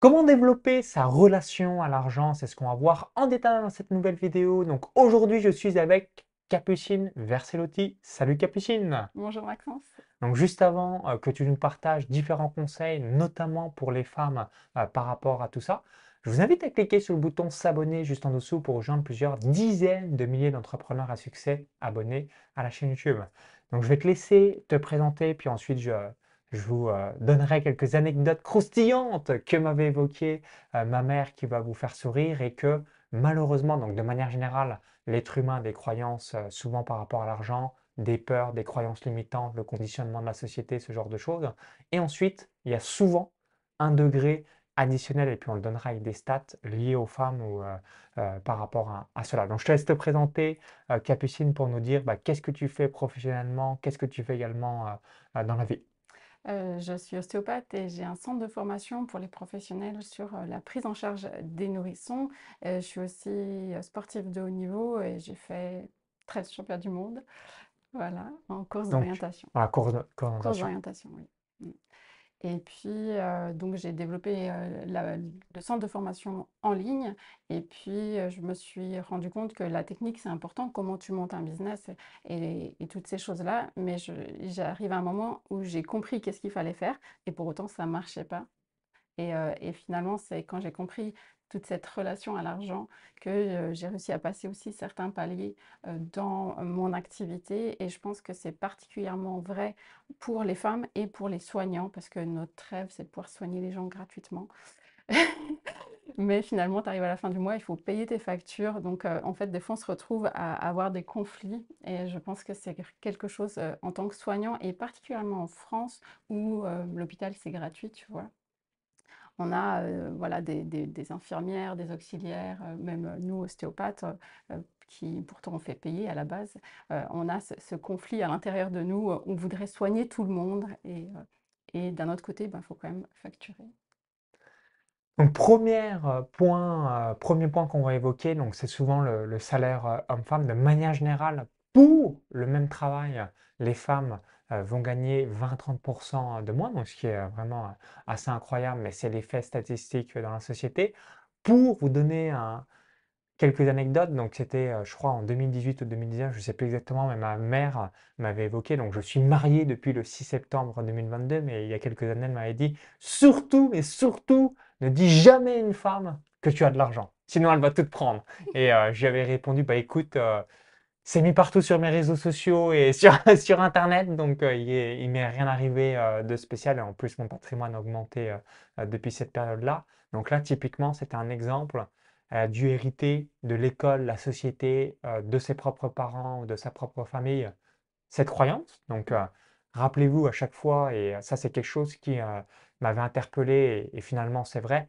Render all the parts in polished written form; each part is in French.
Comment développer sa relation à l'argent? C'est ce qu'on va voir en détail dans cette nouvelle vidéo. Donc aujourd'hui, je suis avec Capucine Versellotti. Salut Capucine! Bonjour Maxence. Donc juste avant que tu nous partages différents conseils, notamment pour les femmes par rapport à tout ça, je vous invite à cliquer sur le bouton s'abonner juste en dessous pour rejoindre plusieurs dizaines de milliers d'entrepreneurs à succès abonnés à la chaîne YouTube. Donc je vais te laisser te présenter, puis ensuite je vous donnerai quelques anecdotes croustillantes que m'avait évoquées ma mère qui va vous faire sourire et que malheureusement, donc de manière générale, l'être humain a des croyances souvent par rapport à l'argent, des peurs, des croyances limitantes, le conditionnement de la société, ce genre de choses. Et ensuite, il y a souvent un degré additionnel, et puis on le donnera avec des stats liées aux femmes ou par rapport à cela. Donc je te laisse te présenter, Capucine, pour nous dire qu'est-ce que tu fais professionnellement, qu'est-ce que tu fais également dans la vie. Je suis ostéopathe et j'ai un centre de formation pour les professionnels sur la prise en charge des nourrissons. Je suis aussi sportive de haut niveau et j'ai fait 13 championnats du monde, voilà, en course Donc, d'orientation. voilà, Course coordination. d'orientation, oui. Mm. Et puis, donc j'ai développé, le centre de formation en ligne et puis, je me suis rendu compte que la technique, c'est important, comment tu montes un business et toutes ces choses-là. Mais j'arrive à un moment où j'ai compris qu'est-ce qu'il fallait faire et pour autant ça ne marchait pas. Et finalement, c'est quand j'ai compris toute cette relation à l'argent que, j'ai réussi à passer aussi certains paliers, dans mon activité et je pense que c'est particulièrement vrai pour les femmes et pour les soignants parce que notre rêve, c'est de pouvoir soigner les gens gratuitement. Mais finalement, tu arrives à la fin du mois, il faut payer tes factures donc en fait, des fois, on se retrouve à avoir des conflits et je pense que c'est quelque chose, en tant que soignant et particulièrement en France où, l'hôpital, c'est gratuit, tu vois? On a voilà, des infirmières, des auxiliaires, même nous, ostéopathes, qui pourtant on fait payer à la base. On a ce conflit à l'intérieur de nous, on voudrait soigner tout le monde et d'un autre côté, il faut quand même facturer. Donc, premier point qu'on va évoquer, donc c'est souvent le salaire homme-femme. De manière générale, pour le même travail, les femmes vont gagner 20-30% de moins, donc ce qui est vraiment assez incroyable, mais c'est l'effet statistique dans la société. Pour vous donner quelques anecdotes, donc c'était, je crois, en 2018 ou 2019, je ne sais plus exactement, mais ma mère m'avait évoqué, donc je suis marié depuis le 6 septembre 2022, mais il y a quelques années, elle m'avait dit, surtout, mais surtout, ne dis jamais à une femme que tu as de l'argent, sinon elle va tout te prendre. Et j'avais répondu, bah écoute, c'est mis partout sur mes réseaux sociaux et sur Internet, donc il m'est rien arrivé de spécial, et en plus mon patrimoine a augmenté depuis cette période-là. Donc là, typiquement, c'était un exemple. Elle a dû hériter de l'école, la société, de ses propres parents ou de sa propre famille, cette croyance. Donc rappelez-vous à chaque fois, et ça c'est quelque chose qui m'avait interpellé, et finalement c'est vrai,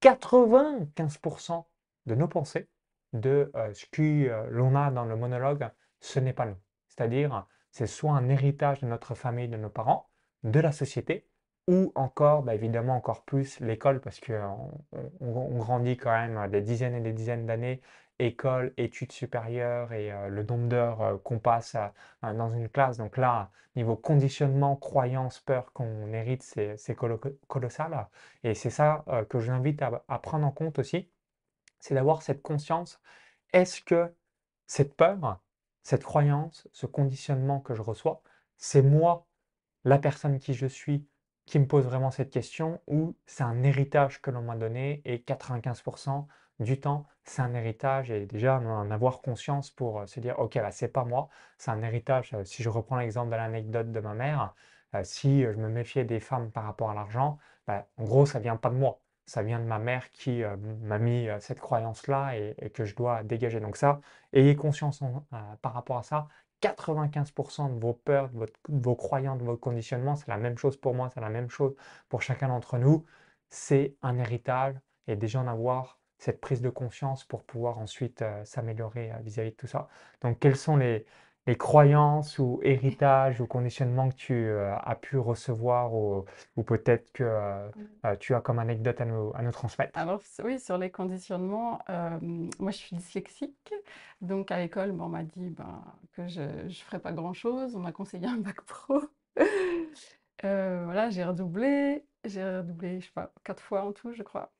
95% de nos pensées, de ce que l'on a dans le monologue, ce n'est pas nous. C'est-à-dire, c'est soit un héritage de notre famille, de nos parents, de la société, ou encore, évidemment, encore plus l'école, parce qu'on on grandit quand même des dizaines et des dizaines d'années, école, études supérieures, et le nombre d'heures qu'on passe dans une classe. Donc là, niveau conditionnement, croyance, peur qu'on hérite, c'est colossal. Et c'est ça que je vous invite à prendre en compte aussi, c'est d'avoir cette conscience. Est-ce que cette peur, cette croyance, ce conditionnement que je reçois, c'est moi, la personne qui je suis, qui me pose vraiment cette question, ou c'est un héritage que l'on m'a donné, et 95% du temps, c'est un héritage, et déjà en avoir conscience pour se dire, ok, là, c'est pas moi, c'est un héritage. Si je reprends l'exemple de l'anecdote de ma mère, si je me méfiais des femmes par rapport à l'argent, en gros, ça vient pas de moi. Ça vient de ma mère qui m'a mis cette croyance-là, et que je dois dégager. Donc ça, ayez conscience par rapport à ça. 95% de vos peurs, de vos croyances, de vos conditionnements, c'est la même chose pour moi, c'est la même chose pour chacun d'entre nous. C'est un héritage, et déjà en avoir cette prise de conscience pour pouvoir ensuite s'améliorer vis-à-vis de tout ça. Donc, quelles sont les croyances ou héritages ou conditionnements que tu as pu recevoir, ou peut-être que tu as comme anecdote à nous transmettre? Alors oui, sur les conditionnements, moi je suis dyslexique, donc à l'école, on m'a dit, que je ne ferais pas grand-chose, on m'a conseillé un bac pro. Voilà, j'ai redoublé, je sais pas, 4 fois en tout, je crois.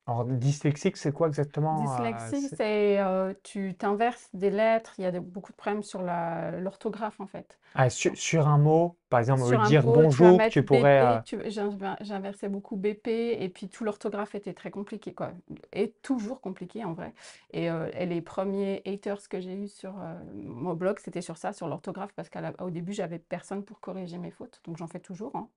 Alors, dyslexique, c'est quoi exactement? Dyslexie, c'est tu t'inverses des lettres, il y a beaucoup de problèmes sur l'orthographe en fait. Sur un mot, par exemple, au lieu Sur de un dire mot, tu vas bonjour, mettre tu pourrais. BP, j'inversais beaucoup BP, et puis tout l'orthographe était très compliqué, quoi. Et toujours compliqué en vrai. Et les premiers haters que j'ai eus sur mon blog, c'était sur ça, sur l'orthographe, parce qu'au début, j'avais personne pour corriger mes fautes, donc j'en fais toujours, hein.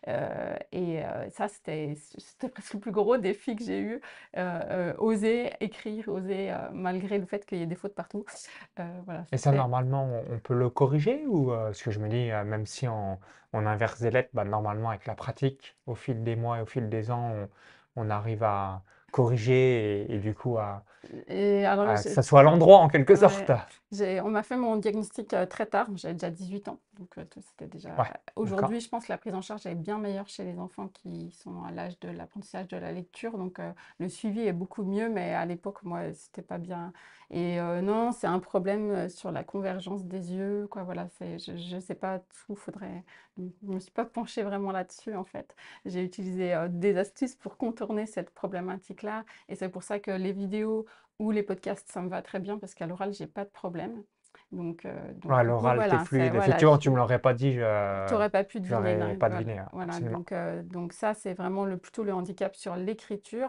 Ça, c'était presque le plus gros défi que j'ai eu, oser écrire, oser, malgré le fait qu'il y ait des fautes partout. Voilà, Et ça, c'était normalement, on peut le corriger ou parce que je me dis, même si on inverse des lettres, bah, normalement, avec la pratique, au fil des mois et au fil des ans, on arrive à corriger et du coup et alors à que ça soit à l'endroit en quelque sorte. ouais, on m'a fait mon diagnostic très tard, j'avais déjà 18 ans, donc c'était déjà. Ouais, d'accord. Aujourd'hui, je pense que la prise en charge est bien meilleure chez les enfants qui sont à l'âge de l'apprentissage de la lecture, donc le suivi est beaucoup mieux, mais à l'époque, moi, c'était pas bien. Et non, c'est un problème sur la convergence des yeux, quoi, voilà, je sais pas tout, faudrait. Je me suis pas penchée vraiment là-dessus, en fait. J'ai utilisé des astuces pour contourner cette problématique-là, et c'est pour ça que les vidéos ou les podcasts, ça me va très bien parce qu'à l'oral, j'ai pas de problème. Donc Ouais, du coup, l'oral, t'es voilà, fluide. voilà, Effectivement, tu me l'aurais pas dit, t'aurais pas pu deviner, j'aurais non, pas voilà, deviné, voilà. absolument. Donc ça, c'est vraiment plutôt le handicap sur l'écriture.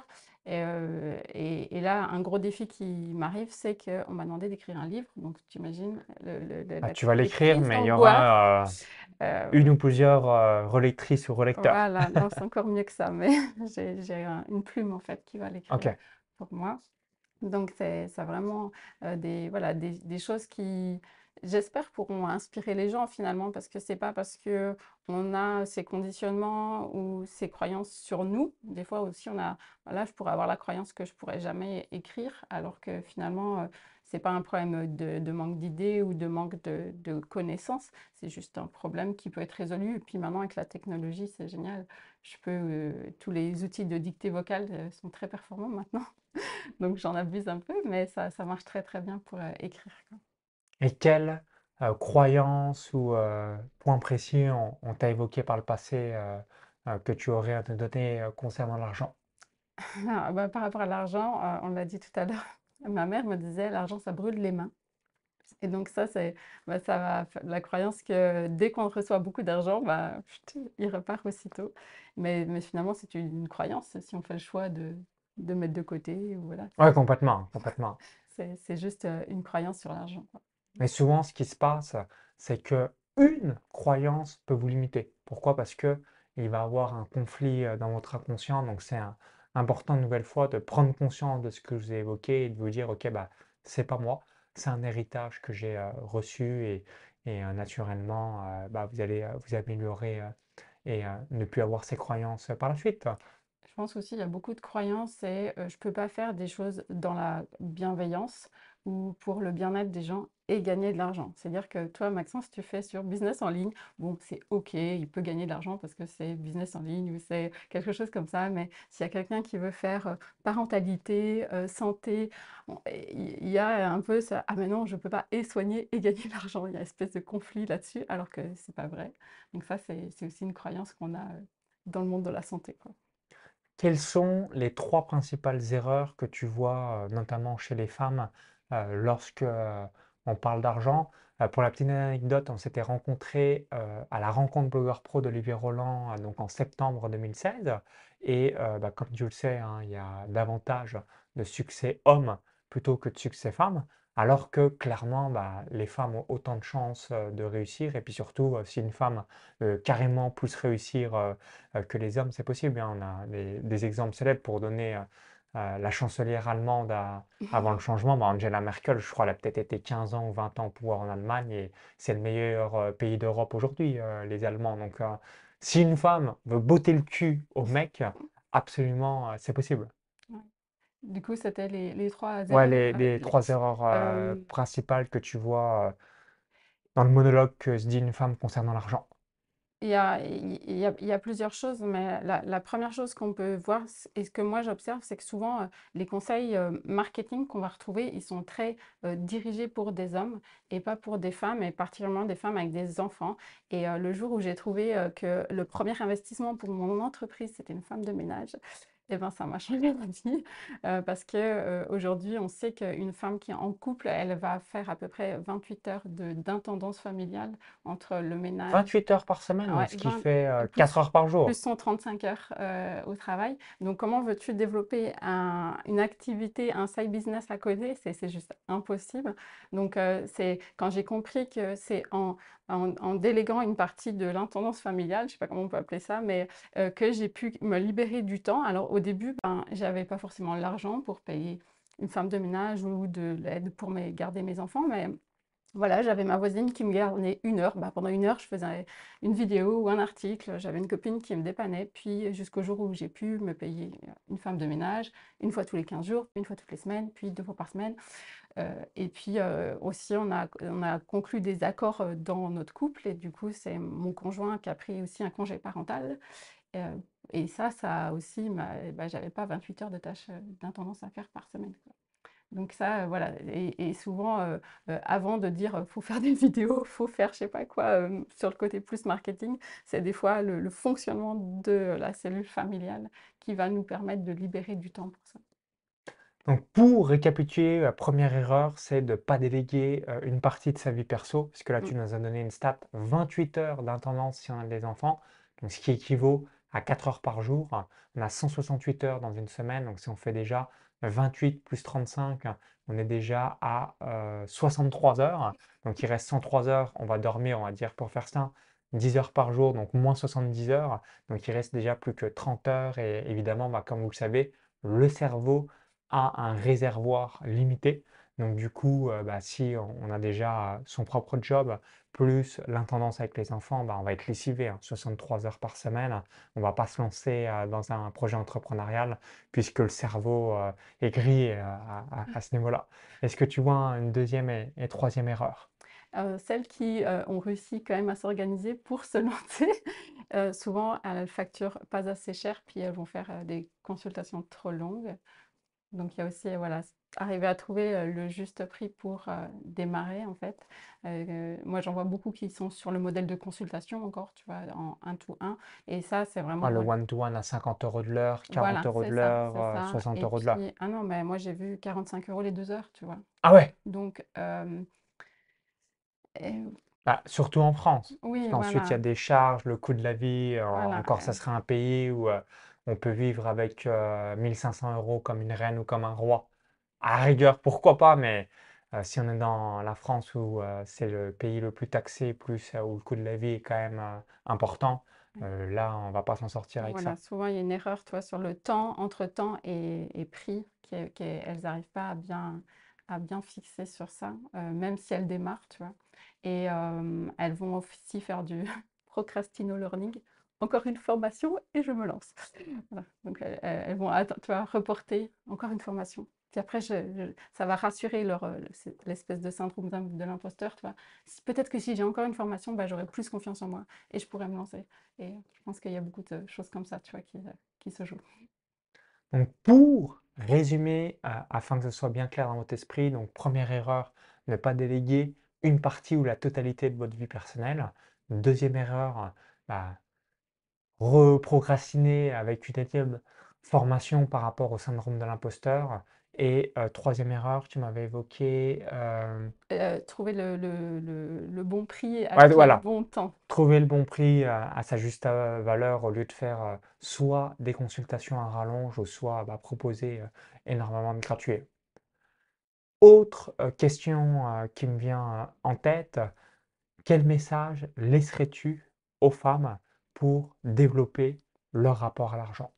Et là, un gros défi qui m'arrive, c'est qu'on m'a demandé d'écrire un livre. Donc, tu imagines, Ah, tu vas les l'écrire, crises mais il y d'angoisse. aura Euh, une ou plusieurs relectrices ou relecteurs. voilà, non, c'est encore mieux que ça, mais j'ai une plume en fait qui va l'écrire Ok. pour moi. Donc c'est vraiment, voilà, des choses qui, j'espère, pourront inspirer les gens finalement, parce que c'est pas parce qu'on a ces conditionnements ou ces croyances sur nous. Des fois aussi, voilà, je pourrais avoir la croyance que je pourrais jamais écrire, alors que finalement, c'est pas un problème de manque d'idées ou de manque de connaissances, c'est juste un problème qui peut être résolu. Et puis maintenant, avec la technologie, c'est génial. Tous les outils de dictée vocale sont très performants maintenant. Donc j'en abuse un peu, mais ça marche très très bien pour écrire, quoi. Et quelles croyances ou points précis on t'a évoqué par le passé que tu aurais à te donner concernant l'argent? Ah, bah, par rapport à l'argent, on l'a dit tout à l'heure, ma mère me disait: «L'argent, ça brûle les mains», et donc ça, ça va la croyance que dès qu'on reçoit beaucoup d'argent, bah, pfft, il repart aussitôt. Mais finalement, c'est une croyance si on fait le choix de mettre de côté, ou voilà, Ouais, complètement, complètement. c'est juste une croyance sur l'argent, quoi. Mais souvent, ce qui se passe, c'est que une croyance peut vous limiter. Pourquoi? Parce que il va y avoir un conflit dans votre inconscient. Donc, c'est important une nouvelle fois de prendre conscience de ce que je vous ai évoqué et de vous dire, OK, bah, c'est pas moi, c'est un héritage que j'ai reçu et naturellement, bah, vous allez vous améliorer et ne plus avoir ces croyances par la suite. Je pense aussi il y a beaucoup de croyances, et je peux pas faire des choses dans la bienveillance ou pour le bien-être des gens et gagner de l'argent. C'est-à-dire que toi, Maxence, tu fais sur business en ligne, bon, c'est OK, il peut gagner de l'argent parce que c'est business en ligne ou c'est quelque chose comme ça, mais s'il y a quelqu'un qui veut faire parentalité, santé, il y a un peu ça: «Ah mais non, je peux pas et soigner et gagner de l'argent». Il y a une espèce de conflit là-dessus, alors que c'est pas vrai. Donc ça, c'est aussi une croyance qu'on a dans le monde de la santé, quoi. Quelles sont les trois principales erreurs que tu vois, notamment chez les femmes, lorsque, on parle d'argent? Pour la petite anecdote, on s'était rencontrés, à la rencontre blogueur pro d'Olivier Roland, donc en septembre 2016 et bah, comme tu le sais, hein, il y a davantage de succès hommes plutôt que de succès femmes, alors que clairement, bah, les femmes ont autant de chances, de réussir et puis surtout, si une femme veut carrément plus réussir, que les hommes, c'est possible, hein. On a des exemples célèbres pour donner la chancelière allemande avant le changement. Bah, Angela Merkel, je crois, elle a peut-être été 15 ans ou 20 ans au pouvoir en Allemagne et c'est le meilleur pays d'Europe aujourd'hui, les Allemands. Donc, si une femme veut botter le cul au mec, absolument, c'est possible. Ouais. Du coup, c'était les 3 Ouais, erreurs. les trois erreurs Hem, principales que tu vois dans le monologue que se dit une femme concernant l'argent. il y a plusieurs choses, mais la 1re chose qu'on peut voir, et ce que moi j'observe, c'est que souvent, les conseils, marketing qu'on va retrouver, ils sont très, dirigés pour des hommes et pas pour des femmes, et particulièrement des femmes avec des enfants. Et le jour où j'ai trouvé, que le premier investissement pour mon entreprise, c'était une femme de ménage, Eh ben, ça m'a changé la vie, parce que, aujourd'hui, on sait qu'une femme qui est en couple, elle va faire à peu près 28 heures de d'intendance familiale entre le ménage. 28 heures par semaine, Ah ouais, donc ce qui 20 fait 4 plus heures par jour. plus 135 heures, au travail. Donc comment veux-tu développer une activité, un side business à côté? C'est juste impossible. Donc c'est quand j'ai compris que c'est en déléguant une partie de l'intendance familiale, je sais pas comment on peut appeler ça, mais que j'ai pu me libérer du temps. Alors au début, ben, j'avais pas forcément l'argent pour payer une femme de ménage ou de l'aide pour garder mes enfants, mais voilà, j'avais ma voisine qui me gardait 1 heure. Bah, pendant 1 heure, je faisais une vidéo ou un article. J'avais une copine qui me dépannait. Puis jusqu'au jour où j'ai pu me payer une femme de ménage, une fois tous les 15 jours, puis une fois toutes les semaines, puis 2 fois par semaine. Et puis aussi, on a conclu des accords dans notre couple. Et du coup, c'est mon conjoint qui a pris aussi un congé parental. Euh, et ça aussi, bah, j'avais pas 28 heures de tâches d'intendance à faire par semaine, quoi. Donc ça, voilà. Et souvent, avant de dire faut faire des vidéos, faut faire je sais pas quoi, sur le côté plus marketing, c'est des fois le fonctionnement de la cellule familiale qui va nous permettre de libérer du temps pour ça. Donc pour récapituler, la première erreur, c'est de ne pas déléguer une partie de sa vie perso, puisque là Mm. tu nous as donné une stat, 28 heures d'intendance si on a des enfants, donc ce qui équivaut à 4 heures par jour. On a 168 heures dans une semaine, donc si on fait déjà 28 plus 35, on est déjà à 63 heures. Donc il reste 103 heures, on va dormir, on va dire pour faire ça, 10 heures par jour, donc moins 70 heures. Donc il reste déjà plus que 30 heures et évidemment, bah, comme vous le savez, le cerveau a un réservoir limité. Donc du coup, bah, si on a déjà son propre job, plus l'intendance avec les enfants, bah, on va être lessivé, hein, 63 heures par semaine. On ne va pas se lancer dans un projet entrepreneurial puisque le cerveau est gris à ce niveau-là. Est-ce que tu vois une deuxième et troisième erreur? Celles qui ont réussi quand même à s'organiser pour se lancer, souvent elles facturent pas assez cher, puis elles vont faire des consultations trop longues. Donc il y a aussi, voilà, arriver à trouver le juste prix pour démarrer, en fait. Moi, j'en vois beaucoup qui sont sur le modèle de consultation encore, tu vois, en un to un. Et ça, c'est Ah, vraiment, le ouais, one-to-one à 50 euros de l'heure, 40 voilà, euros de c'est l'heure, ça. 60 Et euros de l'heure. puis, ah non, mais moi, j'ai vu 45 euros les 2 heures, tu vois. Ah ouais! Donc, et- Bah, surtout en France. Parce oui, qu'ensuite, il y a voilà, des charges, le coût de la vie. voilà. Encore, ça serait un pays où on peut vivre avec 1500 euros comme une reine ou comme un roi. À la rigueur, pourquoi pas, mais si on est dans la France où c'est le pays le plus taxé, plus où le coût de la vie est quand même important, là, on va pas s'en sortir avec Voilà, ça. souvent il y a une erreur, toi, sur le temps, entre temps et prix, elles n'arrivent pas à bien fixer sur ça, même si elles démarrent, tu vois. Et elles vont aussi faire du procrastino learning, encore une formation et je me lance. Voilà. Donc elles vont, tu vois, reporter encore une formation. Puis après, ça va rassurer l'espèce de syndrome de l'imposteur, tu vois. Peut-être que si j'ai encore une formation, bah, j'aurai plus confiance en moi et je pourrais me lancer. Et je pense qu'il y a beaucoup de choses comme ça, tu vois, qui se jouent. Donc, pour résumer, afin que ce soit bien clair dans votre esprit, donc première erreur, ne pas déléguer une partie ou la totalité de votre vie personnelle. Deuxième erreur, bah, reprocrastiner avec une énième formation par rapport au syndrome de l'imposteur. Et troisième erreur, tu m'avais évoqué, Trouver le bon prix ouais, avec le voilà, bon temps. trouver le bon prix à sa juste valeur au lieu de faire soit des consultations à rallonge ou soit bah, proposer énormément de gratuits. Autre question qui me vient en tête, quel message laisserais-tu aux femmes pour développer leur rapport à l'argent?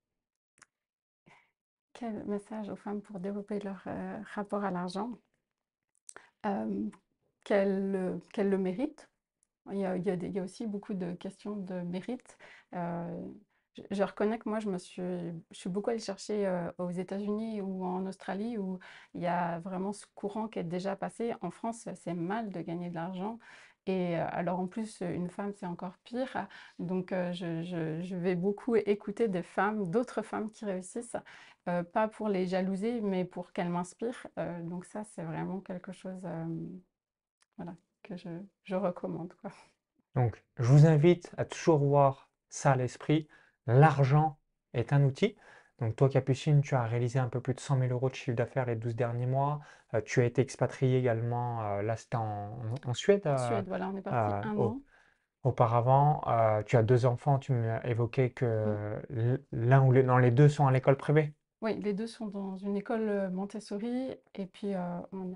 Quel message aux femmes pour développer leur rapport à l'argent? Euh, qu'elles le méritent. Il y a aussi beaucoup de questions de mérite. Euh, je reconnais que moi, je suis beaucoup allée chercher aux États-Unis ou en Australie où il y a vraiment ce courant qui est déjà passé. En France, c'est mal de gagner de l'argent. Et alors en plus, une femme, c'est encore pire. Donc je vais beaucoup écouter des femmes, d'autres femmes qui réussissent, pas pour les jalouser, mais pour qu'elles m'inspirent. Donc ça, c'est vraiment quelque chose, voilà, que je recommande, quoi. Donc, je vous invite à toujours voir ça à l'esprit. L'argent est un outil. Donc toi, Capucine, tu as réalisé un peu plus de 100 000 euros de chiffre d'affaires les 12 derniers mois. Tu as été expatrié également, là c'était en Suède En Suède, voilà, on est parti euh, un au- an. auparavant. Tu as deux enfants, tu m'as évoqué Mm. que l'un ou non, les deux sont à l'école privée. Oui, les deux sont dans une école Montessori et puis on a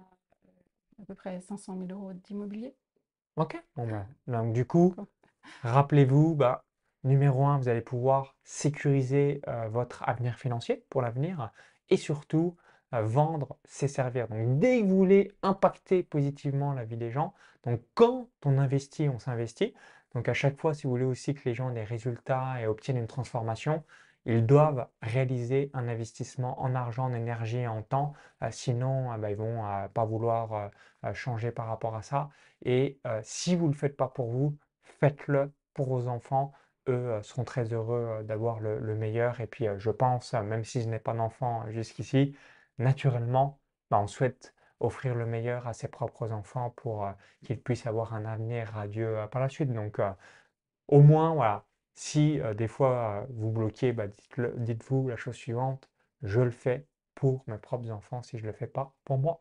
à peu près 500 000 euros d'immobilier. Ok, bon ben, donc du coup, Quoi. rappelez-vous, bah, numéro un, vous allez pouvoir sécuriser votre avenir financier pour l'avenir et surtout vendre, c'est servir. Donc dès que vous voulez impacter positivement la vie des gens, donc quand on investit, on s'investit. Donc à chaque fois, si vous voulez aussi que les gens aient des résultats et obtiennent une transformation, ils doivent réaliser un investissement en argent, en énergie et en temps. Sinon, bah, ils vont pas vouloir changer par rapport à ça. Et si vous ne le faites pas pour vous, faites-le pour vos enfants. Eux seront très heureux d'avoir le meilleur. Et puis je pense, même si je n'ai pas d'enfant jusqu'ici, naturellement, bah, on souhaite offrir le meilleur à ses propres enfants pour qu'ils puissent avoir un avenir radieux par la suite. Donc au moins, voilà, si des fois vous bloquez, bah, dites-vous la chose suivante, je le fais pour mes propres enfants si je ne le fais pas pour moi.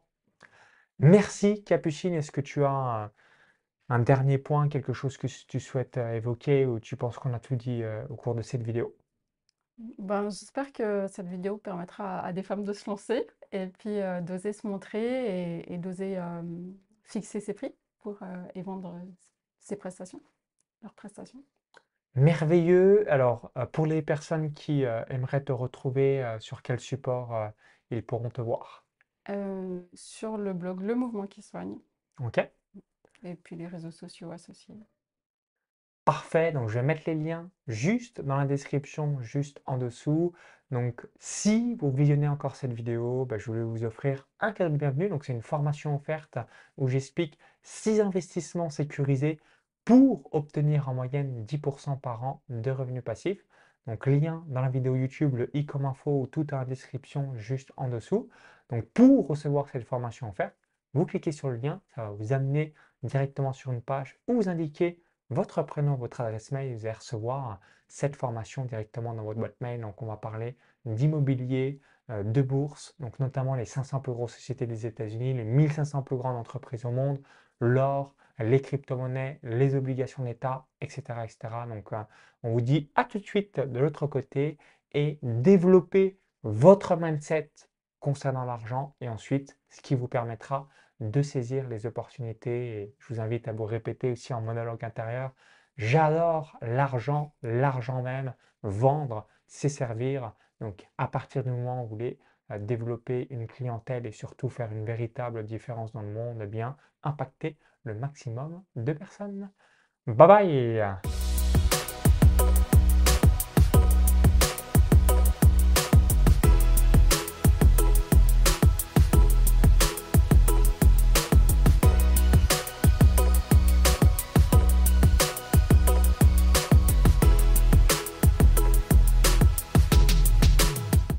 Merci Capucine, est-ce que tu as un dernier point, quelque chose que tu souhaites évoquer ou tu penses qu'on a tout dit au cours de cette vidéo? Ben, j'espère que cette vidéo permettra à des femmes de se lancer et puis d'oser se montrer et d'oser fixer ses prix pour et vendre ses prestations, leurs prestations. Merveilleux. Alors, pour les personnes qui aimeraient te retrouver, sur quel support ils pourront te voir? Sur le blog Le Mouvement qui soigne Ok? et puis les réseaux sociaux associés. Parfait, donc je vais mettre les liens juste dans la description, juste en dessous. Donc si vous visionnez encore cette vidéo, bah, je voulais vous offrir un cadeau de bienvenue. Donc c'est une formation offerte où j'explique 6 investissements sécurisés pour obtenir en moyenne 10% par an de revenus passifs. Donc lien dans la vidéo YouTube, le i comme info ou tout dans la description juste en dessous. Donc pour recevoir cette formation offerte, vous cliquez sur le lien, ça va vous amener directement sur une page où vous indiquez votre prénom, votre adresse mail, vous allez recevoir cette formation directement dans votre boîte mail. Donc, on va parler d'immobilier, de bourse, donc notamment les 500 plus grosses sociétés des États-Unis, les 1500 plus grandes entreprises au monde, l'or, les crypto-monnaies, les obligations d'État, etc., etc. Donc, on vous dit à tout de suite de l'autre côté et développer votre mindset concernant l'argent et ensuite ce qui vous permettra de saisir les opportunités. Et je vous invite à vous répéter aussi en monologue intérieur, j'adore l'argent, l'argent même, vendre, c'est servir. Donc à partir du moment où vous voulez développer une clientèle et surtout faire une véritable différence dans le monde, eh bien impacter le maximum de personnes. Bye bye!